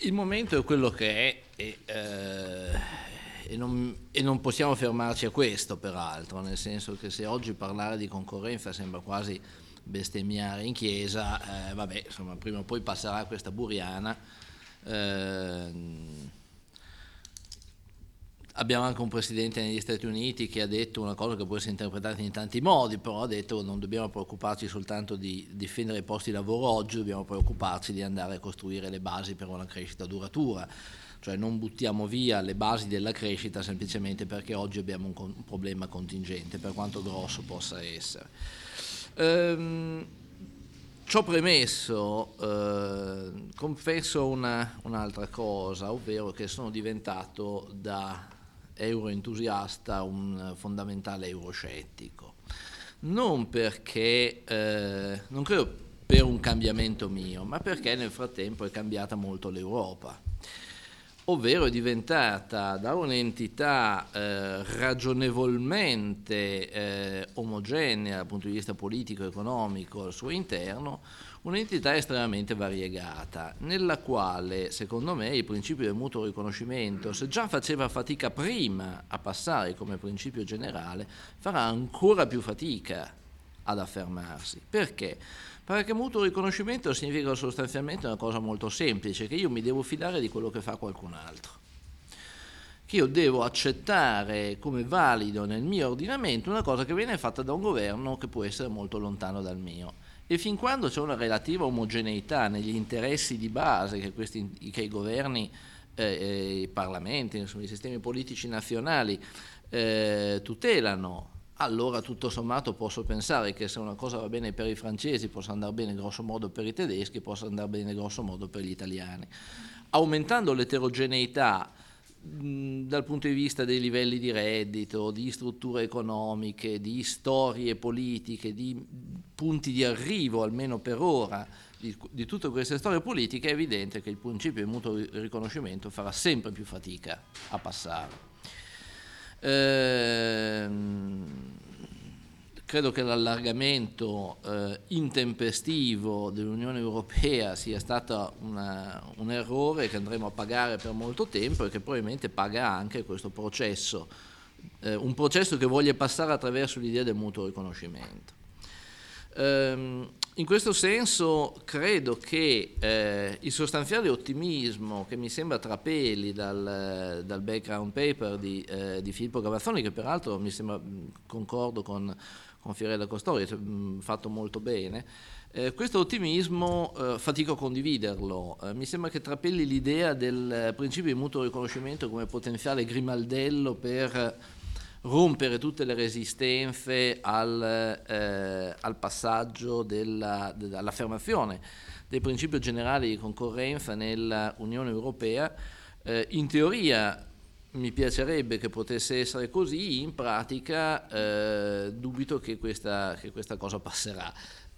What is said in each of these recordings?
Il momento è quello che è e non possiamo fermarci a questo, peraltro, nel senso che se oggi parlare di concorrenza sembra quasi bestemmiare in chiesa, vabbè, insomma, prima o poi passerà questa buriana. Abbiamo anche un presidente negli Stati Uniti che ha detto una cosa che può essere interpretata in tanti modi, però ha detto che non dobbiamo preoccuparci soltanto di difendere i posti di lavoro oggi, dobbiamo preoccuparci di andare a costruire le basi per una crescita duratura, cioè non buttiamo via le basi della crescita semplicemente perché oggi abbiamo un problema contingente, per quanto grosso possa essere. Ciò premesso, confesso un'altra cosa, ovvero che sono diventato da euroentusiasta un fondamentale euroscettico. Non perché, non credo per un cambiamento mio, ma perché nel frattempo è cambiata molto l'Europa, ovvero è diventata da un'entità ragionevolmente omogenea dal punto di vista politico e economico al suo interno, un'entità estremamente variegata, nella quale, secondo me, il principio del mutuo riconoscimento, se già faceva fatica prima a passare come principio generale, farà ancora più fatica ad affermarsi. Perché? Perché mutuo riconoscimento significa sostanzialmente una cosa molto semplice, che io mi devo fidare di quello che fa qualcun altro, che io devo accettare come valido nel mio ordinamento una cosa che viene fatta da un governo che può essere molto lontano dal mio. E fin quando c'è una relativa omogeneità negli interessi di base che i governi, i parlamenti, insomma, i sistemi politici nazionali tutelano, allora tutto sommato posso pensare che se una cosa va bene per i francesi possa andare bene grosso modo per i tedeschi, possa andare bene grosso modo per gli italiani. Aumentando l'eterogeneità dal punto di vista dei livelli di reddito, di strutture economiche, di storie politiche, di punti di arrivo, almeno per ora, di tutte queste storie politiche, è evidente che il principio di mutuo riconoscimento farà sempre più fatica a passare. Credo che l'allargamento intempestivo dell'Unione Europea sia stato un errore che andremo a pagare per molto tempo e che probabilmente paga anche questo processo, un processo che voglia passare attraverso l'idea del mutuo riconoscimento. In questo senso credo che il sostanziale ottimismo che mi sembra trapeli dal background paper di Filippo Gavazzoni, che peraltro mi sembra, concordo con Fiorella Costori, fatto molto bene, questo ottimismo fatico a condividerlo. Mi sembra che trapeli l'idea del principio di mutuo riconoscimento come potenziale grimaldello per rompere tutte le resistenze al passaggio all'affermazione del principio generale di concorrenza nell'Unione Europea. In teoria mi piacerebbe che potesse essere così, in pratica dubito che questa cosa passerà.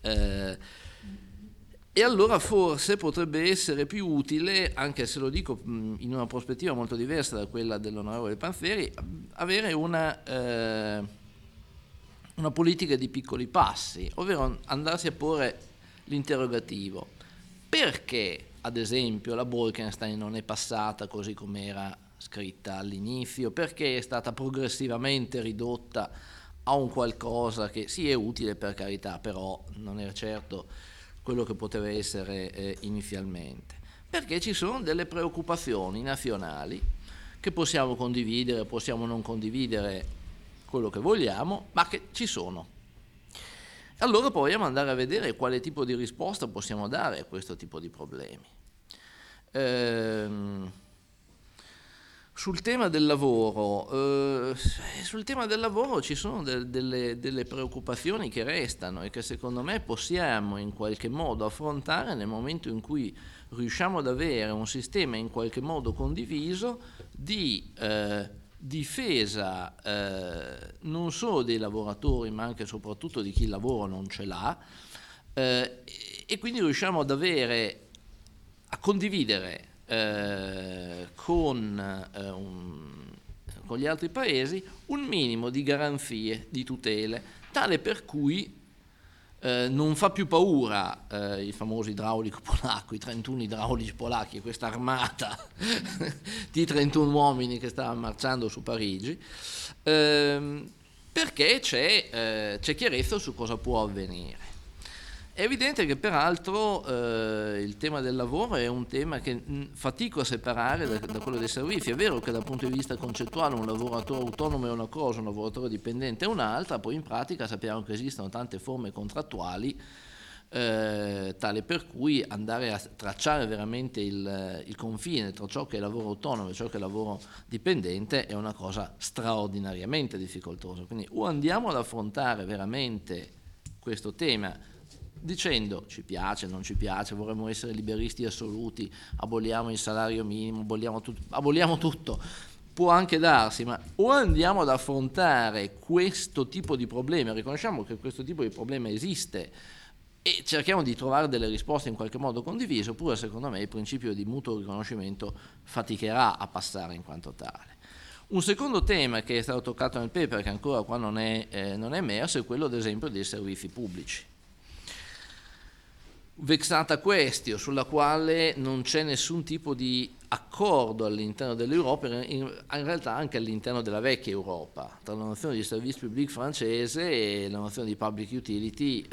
E allora forse potrebbe essere più utile, anche se lo dico in una prospettiva molto diversa da quella dell'onorevole Panzeri, avere una politica di piccoli passi, ovvero andarsi a porre l'interrogativo: perché ad esempio la Bolkestein non è passata così come era scritta all'inizio, perché è stata progressivamente ridotta a un qualcosa che sì è utile per carità, però non era certo quello che poteva essere inizialmente, perché ci sono delle preoccupazioni nazionali che possiamo condividere, possiamo non condividere quello che vogliamo, ma che ci sono. Allora proviamo ad andare a vedere quale tipo di risposta possiamo dare a questo tipo di problemi. Sul tema del lavoro ci sono delle preoccupazioni che restano e che secondo me possiamo in qualche modo affrontare nel momento in cui riusciamo ad avere un sistema in qualche modo condiviso di difesa non solo dei lavoratori ma anche e soprattutto di chi il lavoro non ce l'ha, e quindi riusciamo ad a condividere con gli altri paesi un minimo di garanzie, di tutele, tale per cui non fa più paura il famoso idraulico polacco, i 31 idraulici polacchi, questa armata di 31 uomini che stava marciando su Parigi, perché c'è chiarezza su cosa può avvenire. È evidente che peraltro il tema del lavoro è un tema che fatico a separare da quello dei servizi. È vero che dal punto di vista concettuale un lavoratore autonomo è una cosa, un lavoratore dipendente è un'altra, poi in pratica sappiamo che esistono tante forme contrattuali tale per cui andare a tracciare veramente il confine tra ciò che è lavoro autonomo e ciò che è lavoro dipendente è una cosa straordinariamente difficoltosa. Quindi o andiamo ad affrontare veramente questo tema dicendo ci piace, non ci piace, vorremmo essere liberisti assoluti, aboliamo il salario minimo, aboliamo tutto, può anche darsi, ma o andiamo ad affrontare questo tipo di problema, riconosciamo che questo tipo di problema esiste e cerchiamo di trovare delle risposte in qualche modo condivise, oppure secondo me il principio di mutuo riconoscimento faticherà a passare in quanto tale. Un secondo tema che è stato toccato nel paper, che ancora qua non è emerso, è quello ad esempio dei servizi pubblici. Vexata question, sulla quale non c'è nessun tipo di accordo all'interno dell'Europa, in realtà anche all'interno della vecchia Europa, tra la nozione di service public francese e la nozione di public utility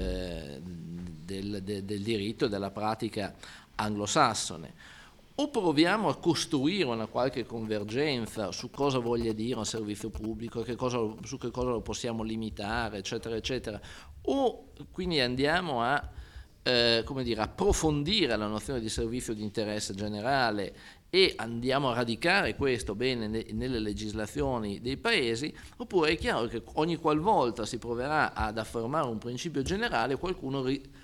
del diritto e della pratica anglosassone. O proviamo a costruire una qualche convergenza su cosa voglia dire un servizio pubblico, su che cosa lo possiamo limitare, eccetera, eccetera, o quindi andiamo a approfondire la nozione di servizio di interesse generale e andiamo a radicare questo bene nelle legislazioni dei paesi, oppure è chiaro che ogni qualvolta si proverà ad affermare un principio generale qualcuno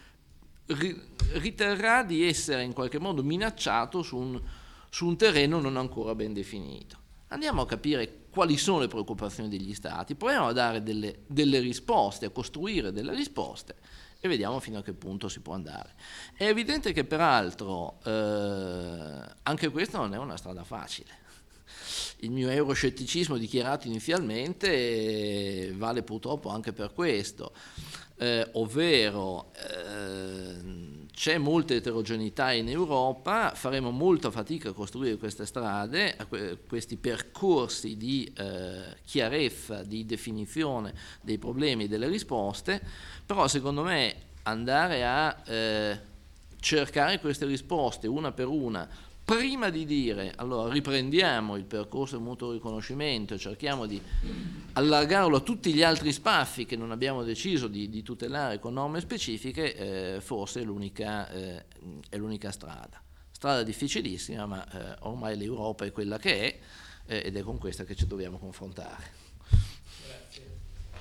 riterrà di essere in qualche modo minacciato su un terreno non ancora ben definito. Andiamo a capire quali sono le preoccupazioni degli stati, proviamo a dare delle risposte, a costruire delle risposte e vediamo fino a che punto si può andare. È evidente che peraltro anche questa non è una strada facile. Il mio euroscetticismo dichiarato inizialmente vale purtroppo anche per questo, ovvero c'è molta eterogeneità in Europa, faremo molta fatica a costruire queste strade, questi percorsi di chiarezza, di definizione dei problemi e delle risposte, però secondo me andare a cercare queste risposte una per una, prima di dire allora riprendiamo il percorso del mutuo riconoscimento e cerchiamo di allargarlo a tutti gli altri spazi che non abbiamo deciso di tutelare con norme specifiche, forse è l'unica strada difficilissima, ma ormai l'Europa è quella che è ed è con questa che ci dobbiamo confrontare.